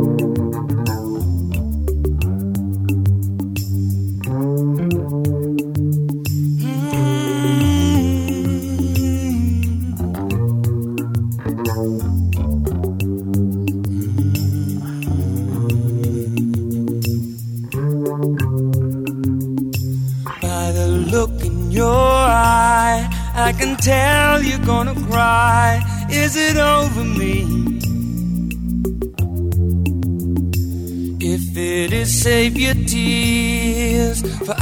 I can tell you're gonna cry. Is it over me? If it is, save your tears, for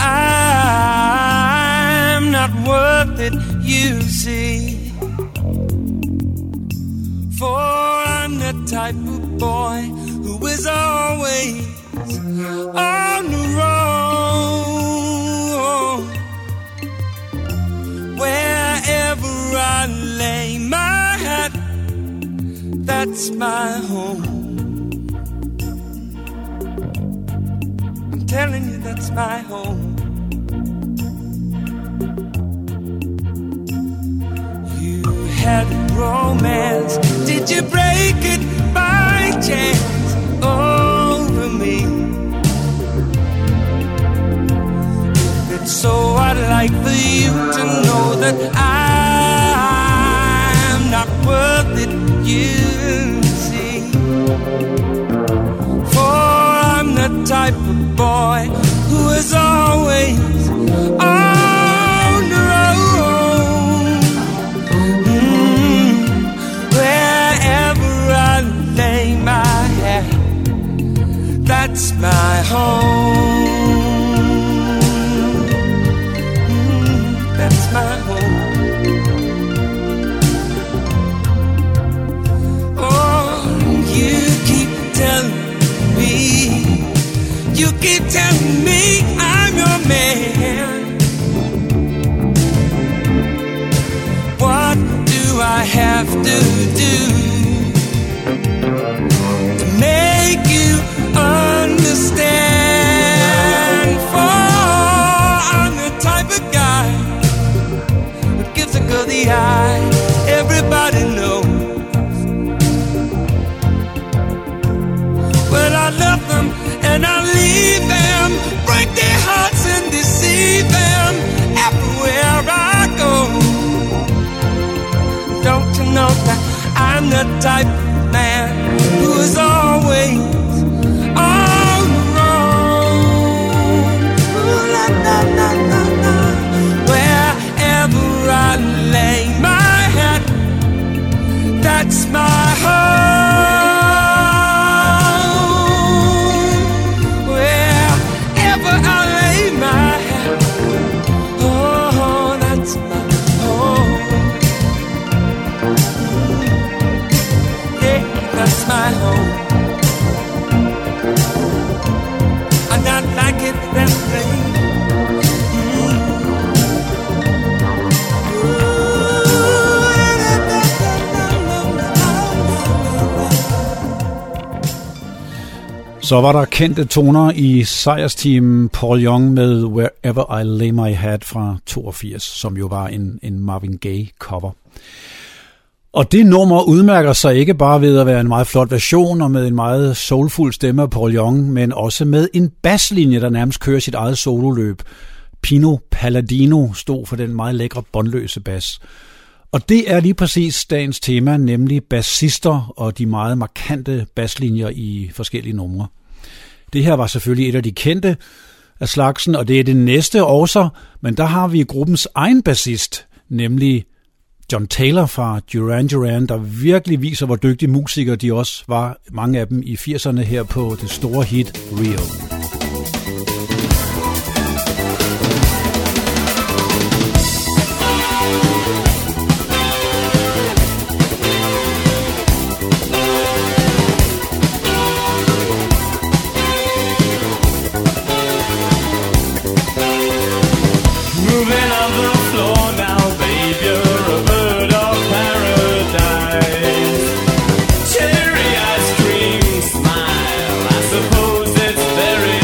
I'm not worth it, you see. For I'm the type of boy who is always on the road. Wherever I lay my hat, that's my home. I'm telling you, that's my home. You had romance, did you break it by chance over me? So I'd like for you to know that I'm not worth it, you see. For I'm the type of boy who is always on the road. Wherever I lay my head, that's my home. That's my home. Oh, you keep telling me, you keep telling me I'm your man. What do I have to do to make you understand? For I'm the type of guy gives a girl the eye, everybody knows. Well, I love them and I leave them, break their hearts and deceive them everywhere I go. Don't you know that I'm the type of man who is always on the road? Ooh, la, la, la, la, la. Wherever I lay my head, that's my home. Wherever I lay my head, oh, that's my home. Yeah, that's my home. I'm not like it that way. Så var der kendte toner i sejrsteamen Paul Young med Wherever I Lay My Head fra 82, som jo var en Marvin Gaye cover. Og det nummer udmærker sig ikke bare ved at være en meget flot version og med en meget soulfuld stemme af Paul Young, men også med en basslinje, der nærmest kører sit eget sololøb. Pino Palladino stod for den meget lækre båndløse bas. Og det er lige præcis dagens tema, nemlig bassister og de meget markante basslinjer i forskellige numre. Det her var selvfølgelig et af de kendte af slagsen, og det er det næste også, men der har vi gruppens egen bassist, nemlig John Taylor fra Duran Duran, der virkelig viser, hvor dygtige musikere de også var, mange af dem i 80'erne her på det store hit Rio. Cherry ice cream smile, I suppose it's very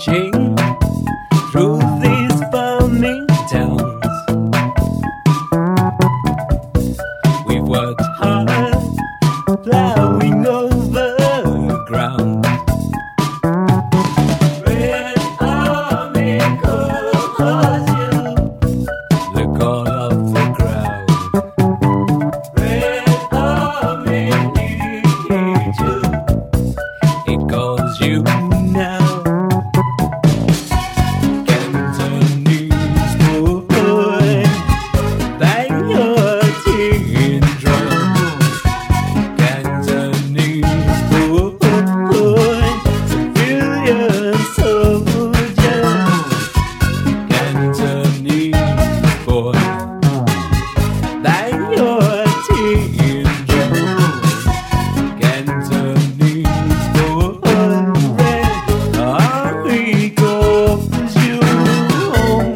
dashing through these farming towns. We've worked hard, plowing over ground. Red Army calls you, the call of the crowd. Red Army needs you, it calls you now. Cantonese boy, bang your tin drum. Cantonese boy, civilian soldier. Cantonese boy, bang your tin drum. Cantonese boy, red army calls you home.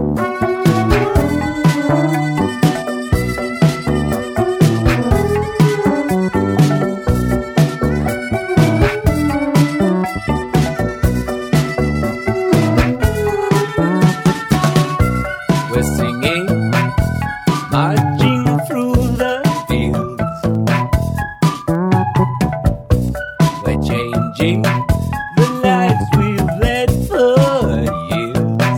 We're singing, marching through the fields. We're changing the lives we've led for years.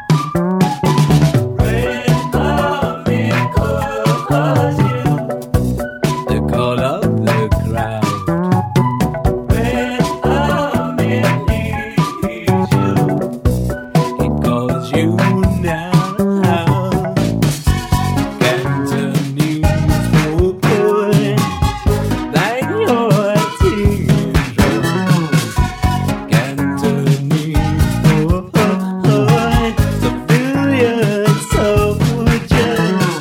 Red Army calls you, the call of the crowd. Red Army needs you, it calls you now. Cantonese boy, bang your tin drum. Cantonese boy, civilian soldier.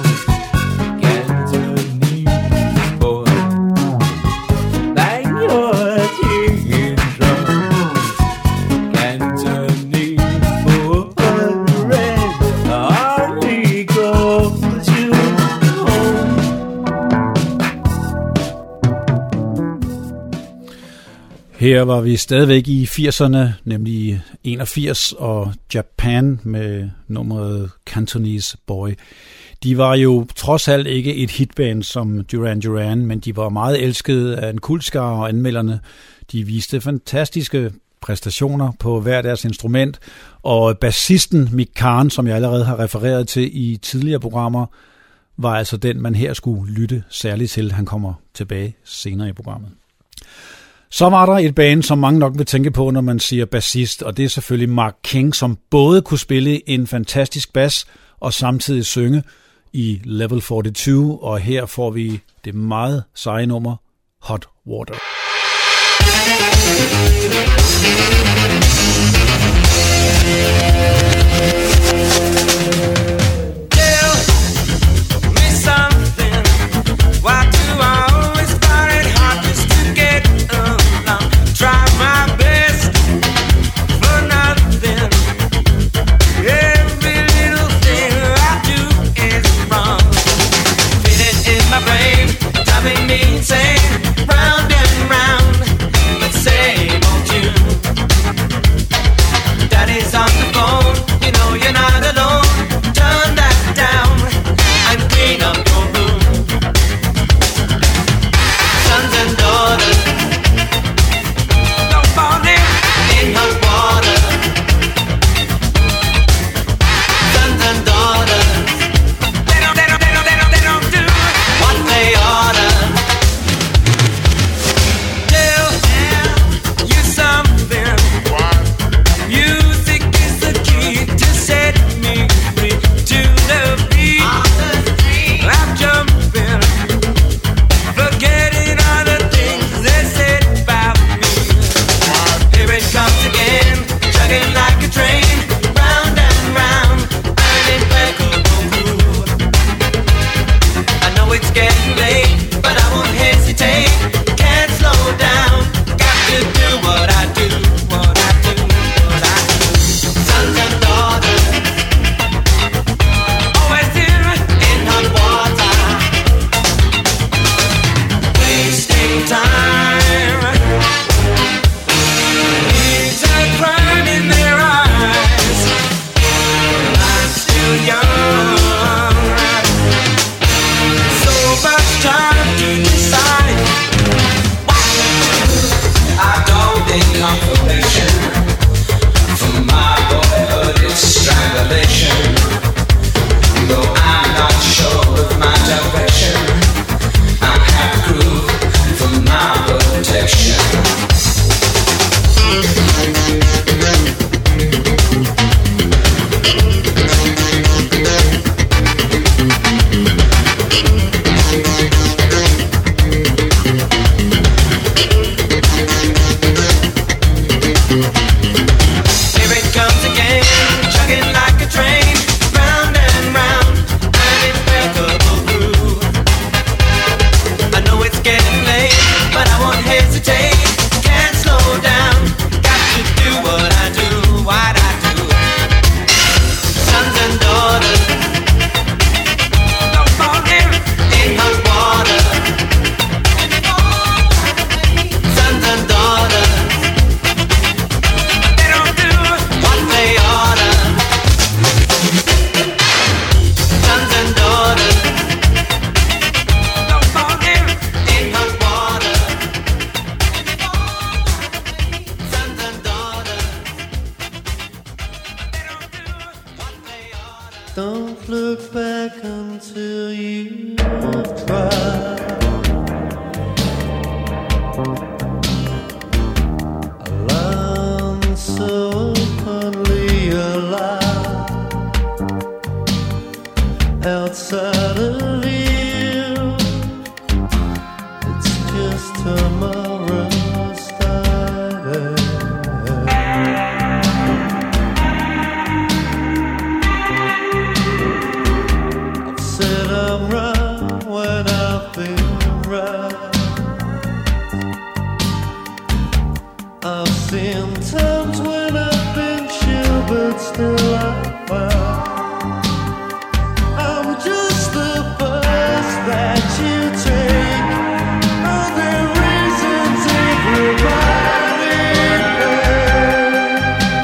Cantonese boy, bang your tin drum. Cantonese boy, red army calls you home. Her var vi stadigvæk i 80'erne, nemlig 81, og Japan med nummeret Cantonese Boy. De var jo trods alt ikke et hitband som Duran Duran, men de var meget elskede af en kultskare, og anmelderne de viste fantastiske præstationer på hver deres instrument, og bassisten Mick Karn, som jeg allerede har refereret til i tidligere programmer, var altså den, man her skulle lytte særligt til. Han kommer tilbage senere i programmet. Så var der et band, som mange nok vil tænke på, når man siger bassist, og det er selvfølgelig Mark King, som både kunne spille en fantastisk bas og samtidig synge i Level 42, og her får vi det meget seje nummer Hot Water. Tell me something. Why do I always find it hard just to get along? Try my best for nothing. Every little thing I do is wrong. Feeling in my brain, driving me insane. Round and round, the same old tune. Daddy's on the phone, you know you're not alone. Turn that down and clean up your room. Sons and daughters, don't fall in hot water. Sons and daughters, they don't do what they oughta. Tell you something. Music is the key to set me free. To the beat, I'm jumping, forgetting all the things they said about me. Here it comes again, chugging like a train, round and round, an impeccable groove. I know it's getting late, but I won't hesitate. Can't slow down, got to do what I do, what I do, what I do. Sons and daughters, always here in hot water, wasting time. It's a crime in their Don't look back until you've tried. I learned so openly alive. Outside of you, it's just tomorrow started. Said I'm right when I've been right. I've seen times when I've been chill, but still I'm fine. I'm just the bus that you take. Are there reasons everybody pays?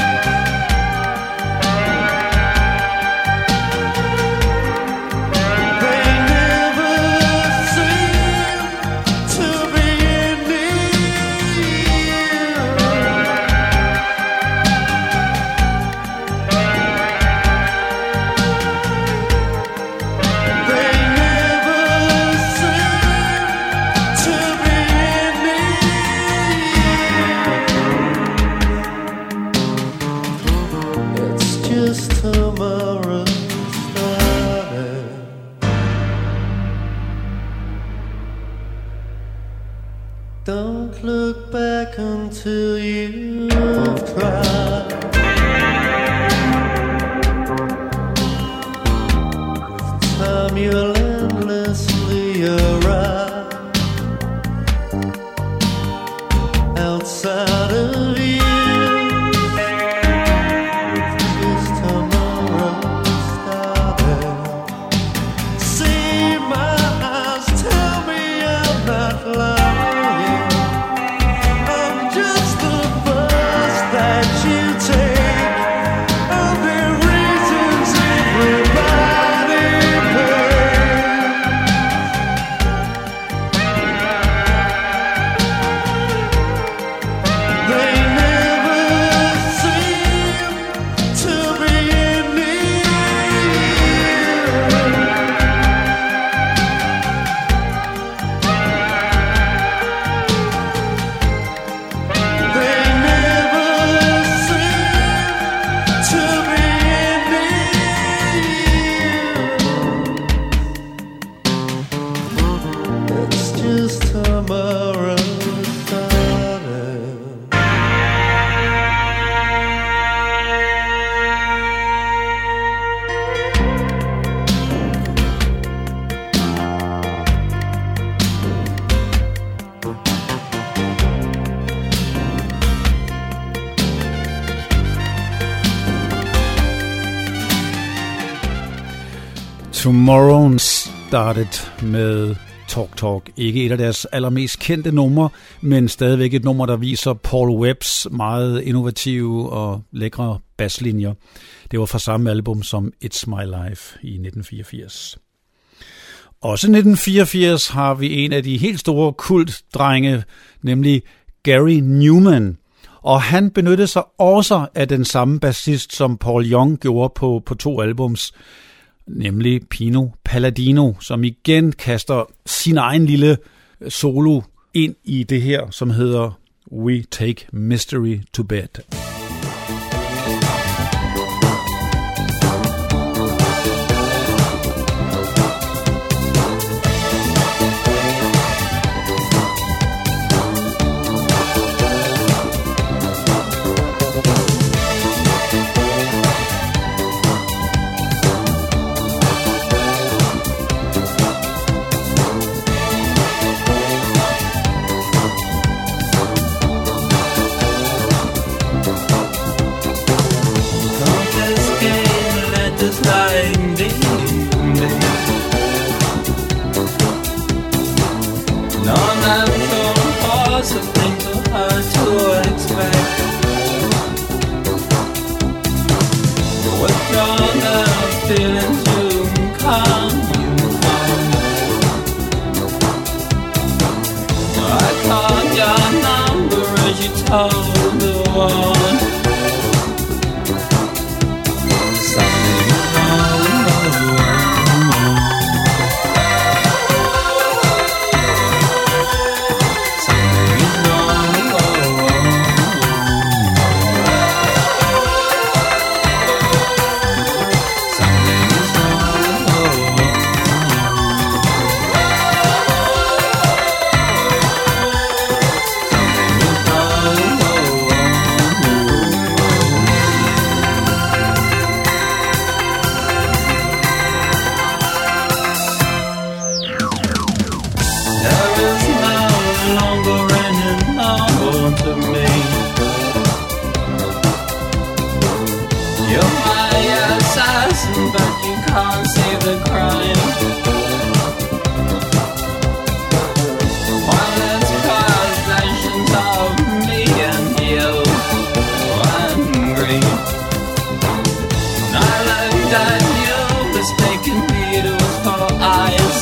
They never seem to be in need. They never seem to be in need. It's just tomorrow started. Don't look back until you've tried. With time you'll endlessly arrive. Outside of you, it's just tomorrow started. See my eyes, tell me I'm not lying. I'm just the bus that you take. Are there reasons everybody pays? They never seem to be in need. They never seem to be in need. It's just tomorrow started. Tomorrow Started med Talk Talk. Ikke et af deres allermest kendte numre, men stadigvæk et nummer, der viser Paul Webbs meget innovative og lækre basslinjer. Det var fra samme album som It's My Life i 1984. Også i 1984 har vi en af de helt store kultdrenge, nemlig Gary Numan. Og han benyttede sig også af den samme bassist, som Paul Young gjorde på 2 albums, nemlig Pino Palladino, som igen kaster sin egen lille solo ind i det her, som hedder We Take Mystery to Bed. Something wrong. You're my assassin, but you can't save the crime. While there's possessions of me and you angry, I looked at you, mistaken needles for eyes.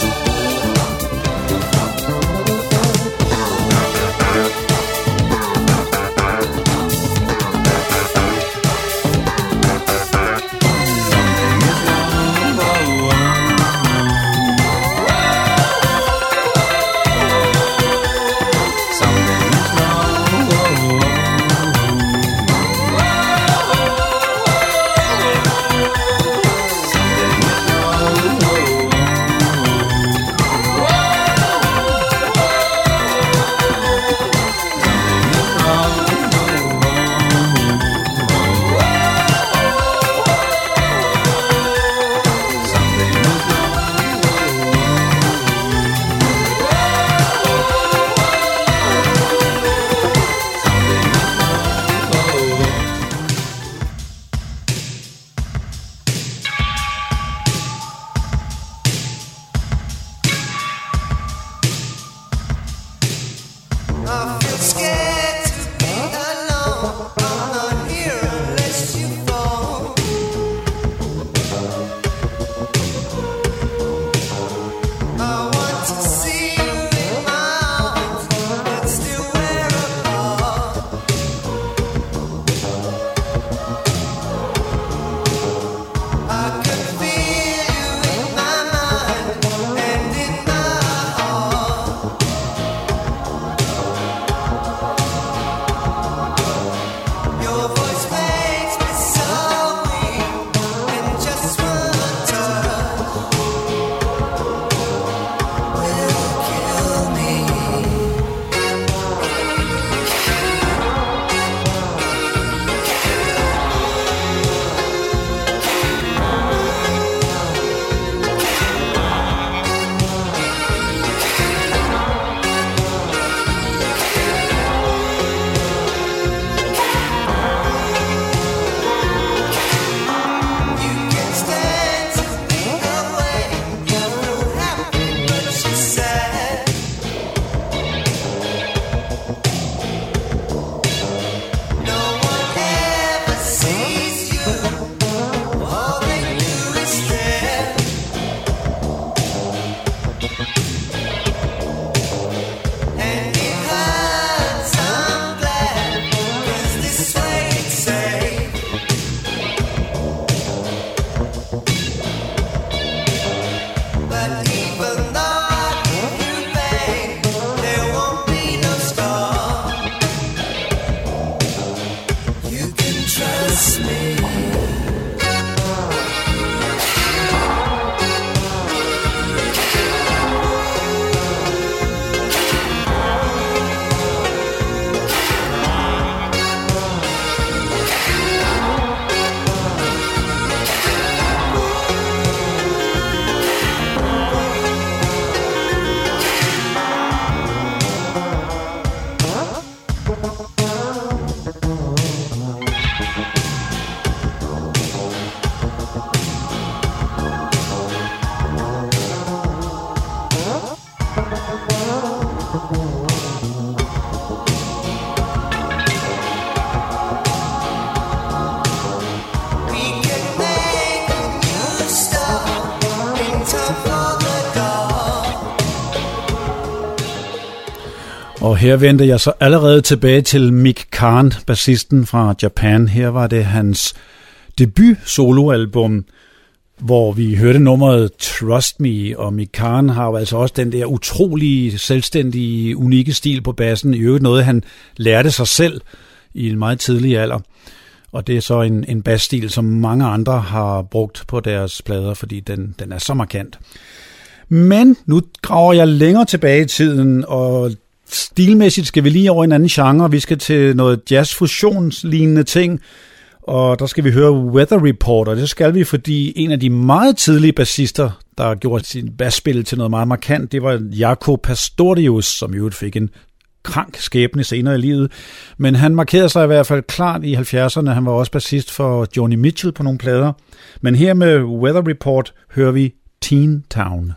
Og her vendte jeg så allerede tilbage til Mick Karn, bassisten fra Japan. Her var det hans debut soloalbum, hvor vi hørte nummeret Trust Me, og Mick Karn har jo altså også den der utrolige, selvstændige, unikke stil på bassen. I øvrigt noget, han lærte sig selv i en meget tidlig alder. Og det er så en basstil, som mange andre har brugt på deres plader, fordi den er så markant. Men nu graver jeg længere tilbage i tiden, og stilmæssigt skal vi lige over en anden genre. Vi skal til noget jazz-fusionslignende ting, og der skal vi høre Weather Report, og det skal vi, fordi en af de meget tidlige bassister, der gjorde sin basspil til noget meget markant, det var Jaco Pastorius, som jo fik en krank skæbne senere i livet, men han markerede sig i hvert fald klart i 70'erne. Han var også bassist for Joni Mitchell på nogle plader. Men her med Weather Report hører vi Teen Town.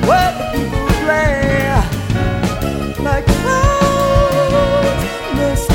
Like clouds in the sky.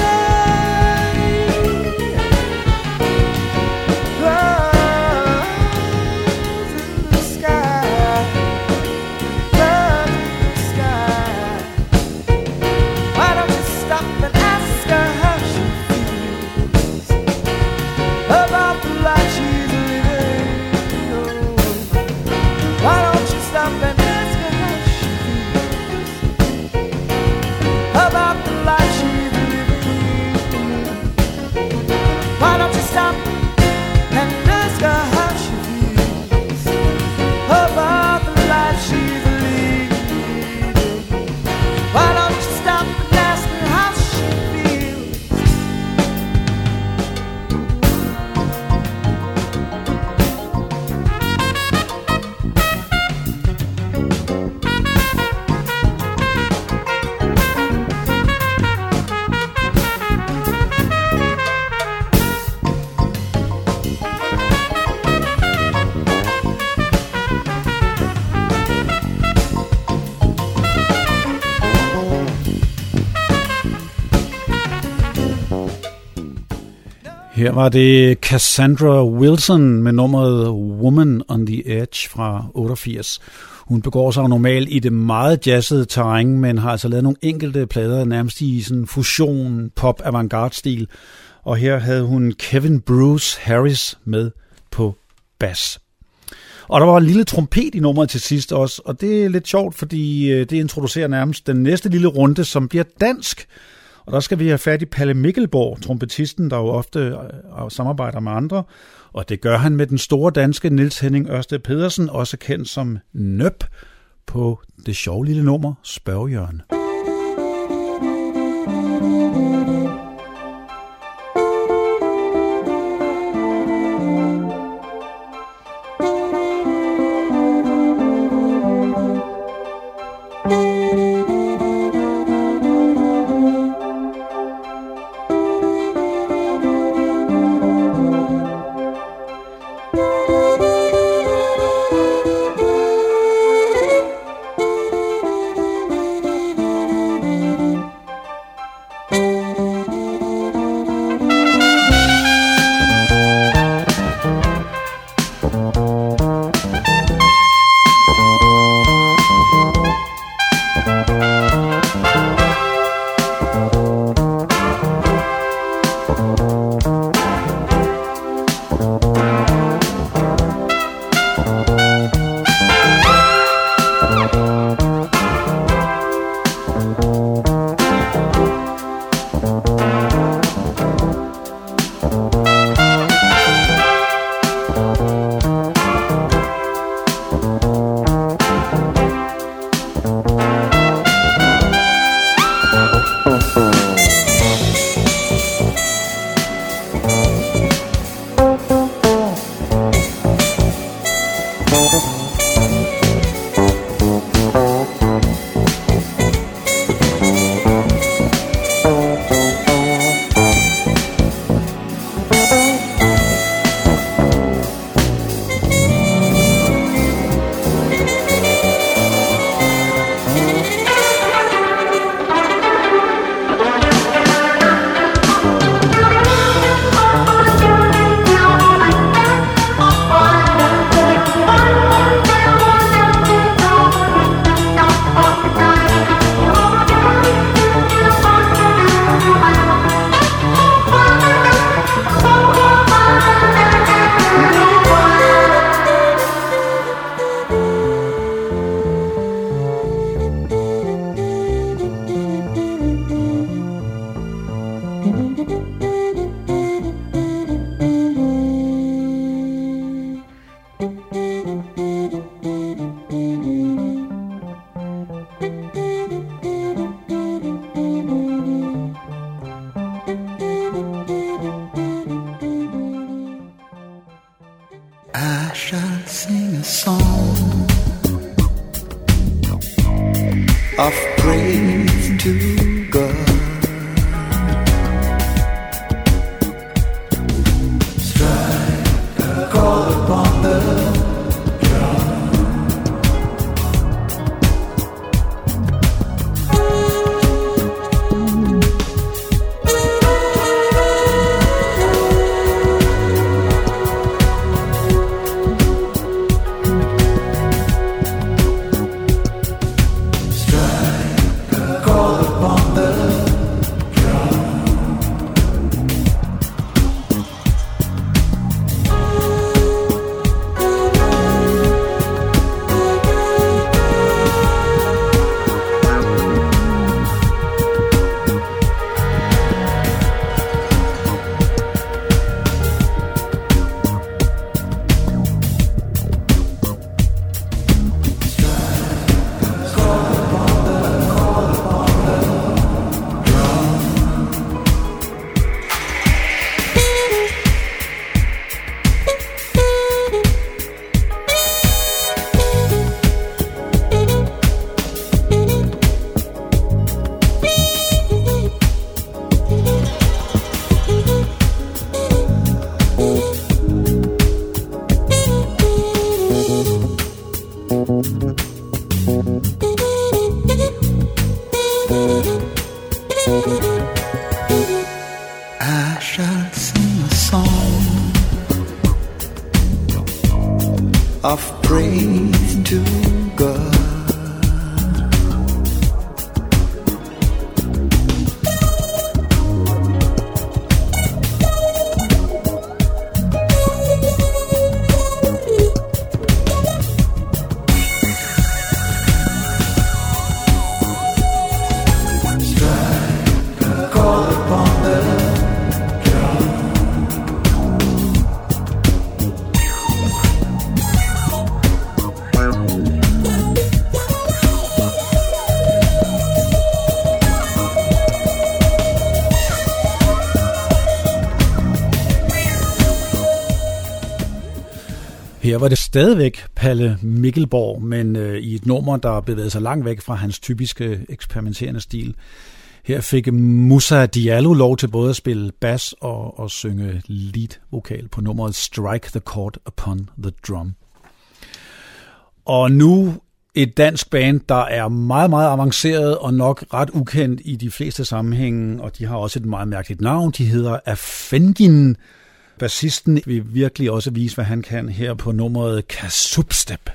Her var det Cassandra Wilson med nummeret Woman on the Edge fra 88. Hun begår sig normalt i det meget jazzede terræn, men har altså lavet nogle enkelte plader nærmest i sådan fusion, pop, avantgarde-stil. Og her havde hun Kevin Bruce Harris med på bass. Og der var en lille trompet i nummeret til sidst også, og det er lidt sjovt, fordi det introducerer nærmest den næste lille runde, som bliver dansk. Og der skal vi have fat i Palle Mikkelborg, trompetisten, der jo ofte samarbejder med andre. Og det gør han med den store danske Niels Henning Ørsted Pedersen, også kendt som Nøp, på det sjove lille nummer Spørgjørn. Of praise to God. Strike a chord upon the drum. Strike Her var det stadigvæk Palle Mikkelborg, men i et nummer, der bevægede sig langt væk fra hans typiske eksperimenterende stil. Her fik Moussa Diallo lov til både at spille bas og synge lead-vokal på nummeret Strike the Chord Upon the Drum. Og nu et dansk band, der er meget, meget avanceret og nok ret ukendt i de fleste sammenhænge, og de har også et meget mærkeligt navn. De hedder Afendin. Bassisten vil virkelig også vise, hvad han kan her på nummeret Kasubstep.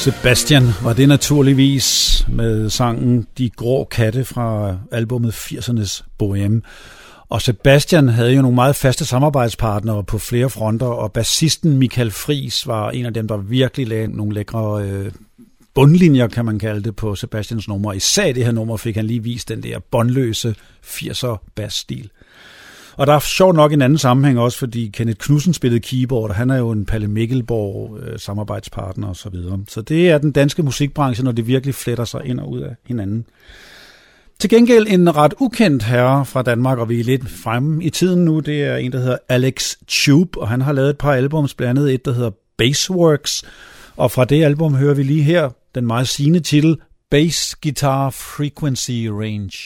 Sebastian var det naturligvis med sangen De Grå Katte fra albumet 80'ernes Bohème. Og Sebastian havde jo nogle meget faste samarbejdspartnere på flere fronter, og bassisten Michael Friis var en af dem, der virkelig lagde nogle lækre bundlinjer, kan man kalde det, på Sebastians nummer. Især det her nummer fik han lige vist den der båndløse 80'er basstil. Og der er sjovt nok en anden sammenhæng også, fordi Kenneth Knudsen spillede keyboard, og han er jo en Palle Mikkelborg samarbejdspartner og så videre. Så det er den danske musikbranche, når det virkelig fletter sig ind og ud af hinanden. Til gengæld en ret ukendt herre fra Danmark, og vi er lidt fremme i tiden nu, det er en, der hedder Alex Tube, og han har lavet et par albums, blandt andet et, der hedder Bassworks, og fra det album hører vi lige her den meget sigende titel, Bass Guitar Frequency Range.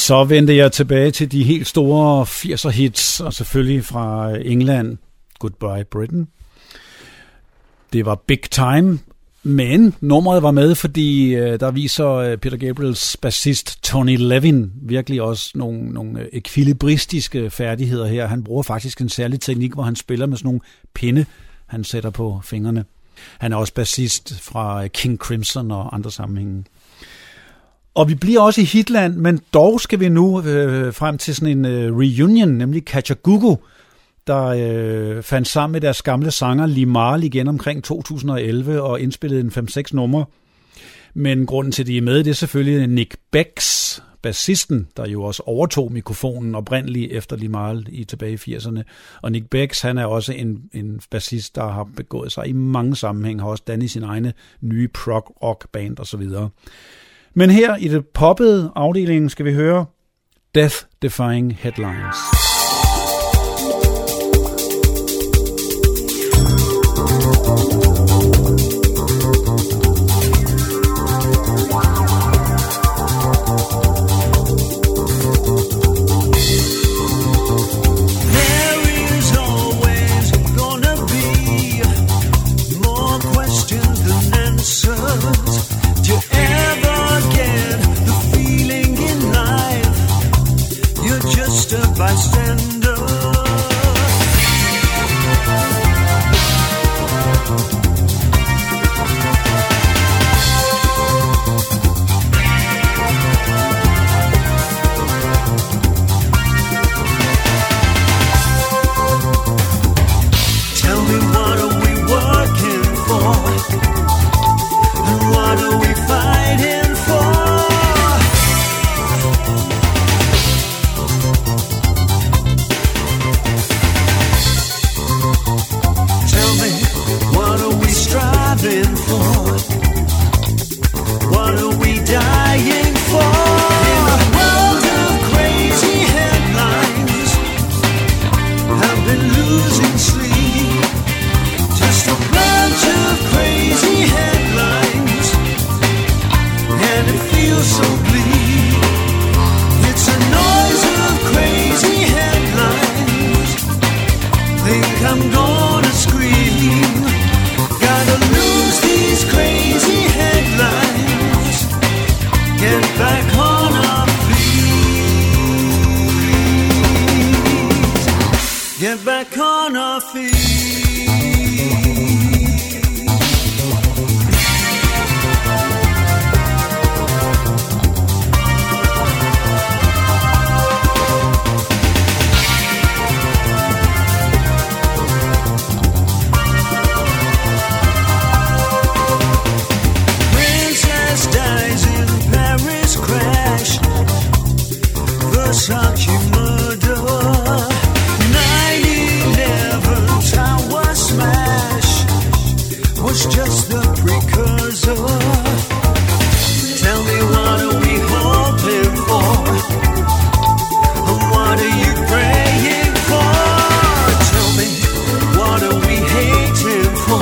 Så vendte jeg tilbage til de helt store 80'er hits, og selvfølgelig fra England, Goodbye Britain. Det var Big Time, men nummeret var med, fordi der viser Peter Gabriels bassist Tony Levin virkelig også nogle ekvilibristiske færdigheder her. Han bruger faktisk en særlig teknik, hvor han spiller med sådan nogle pinde, han sætter på fingrene. Han er også bassist fra King Crimson og andre sammenhænge. Og vi bliver også i Hitland, men dog skal vi nu frem til sådan en reunion, nemlig Kajagoogoo, der fandt sammen med deres gamle sanger Limahl igen omkring 2011 og indspillede en 5-6 numre. Men grunden til, at de er med, det er selvfølgelig Nick Becks, bassisten, der jo også overtog mikrofonen oprindeligt efter Limahl i tilbage i 80'erne. Og Nick Becks, han er også en bassist, der har begået sig i mange sammenhæng, har også dannet sin egne nye prog-rock-band osv. Men her i det poppede afdeling skal vi høre Death Defying Headlines. Bystander. Tell me, what are we working for? And what are we fighting for? Striving for? What are we dying for? In a world of crazy headlines, I've been losing sleep. Just a bunch of crazy headlines, and it feels so bleak. It's a noise of crazy headlines. Think I'm gonna scream. Gotta lose these crazy headlines. Get back on our feet. Get back on our feet. Versace murder, 9/11 tower smash was just the precursor. Tell me, what are we hoping for? And what are you praying for? Tell me, what are we hating for?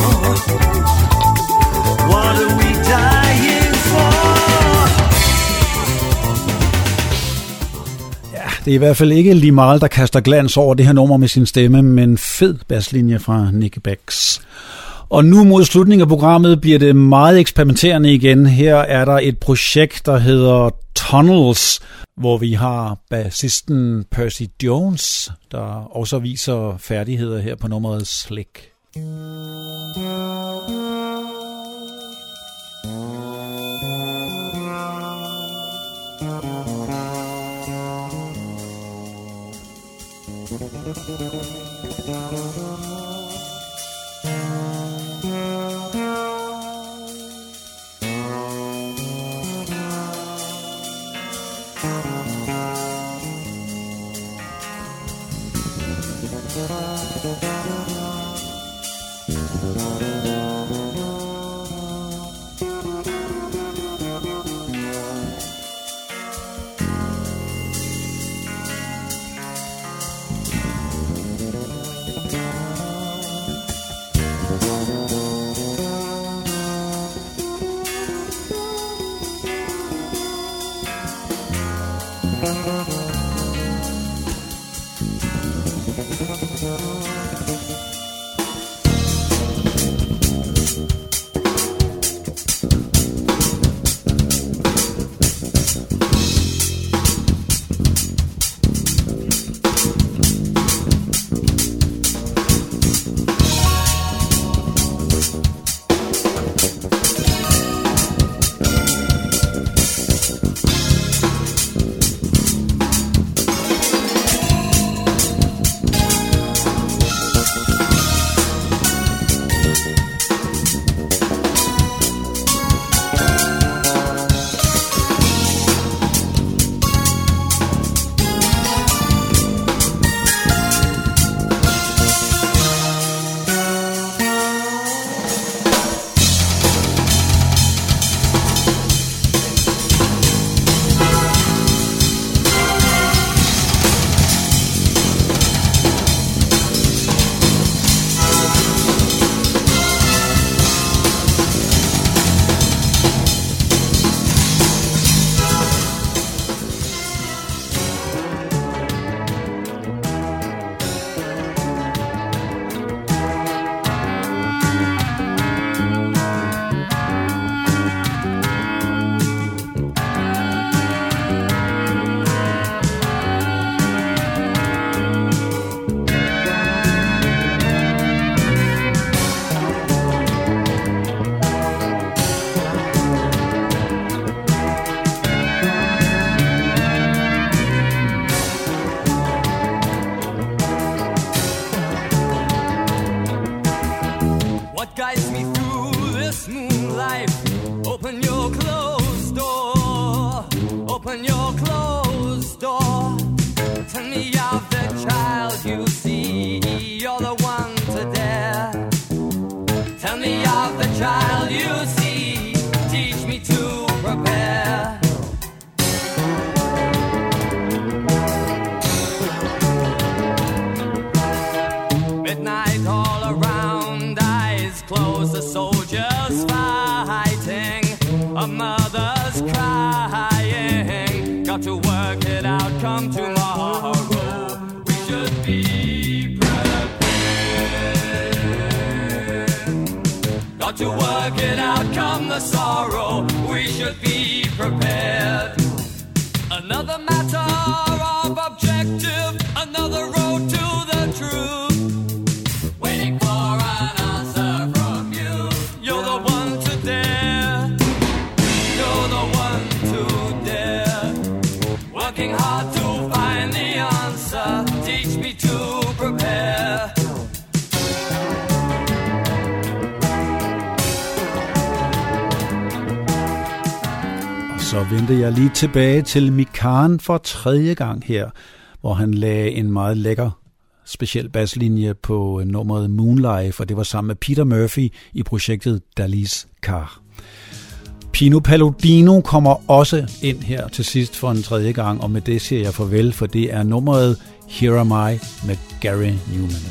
What are we dying for? Det er i hvert fald ikke Limahl, der kaster glans over det her nummer med sin stemme, men fed basslinje fra Nick Becks. Og nu mod slutningen af programmet bliver det meget eksperimenterende igen. Her er der et projekt, der hedder Tunnels, hvor vi har bassisten Percy Jones, der også viser færdigheder her på nummeret Slick. Så vendte jeg lige tilbage til Mick Karn for tredje gang her, hvor han lagde en meget lækker speciel baslinje på nummeret Moonlight, for det var sammen med Peter Murphy i projektet Dalis Car. Pino Palladino kommer også ind her til sidst for en tredje gang, og med det siger jeg farvel, for det er nummeret Here Am I med Gary Newman.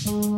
Thank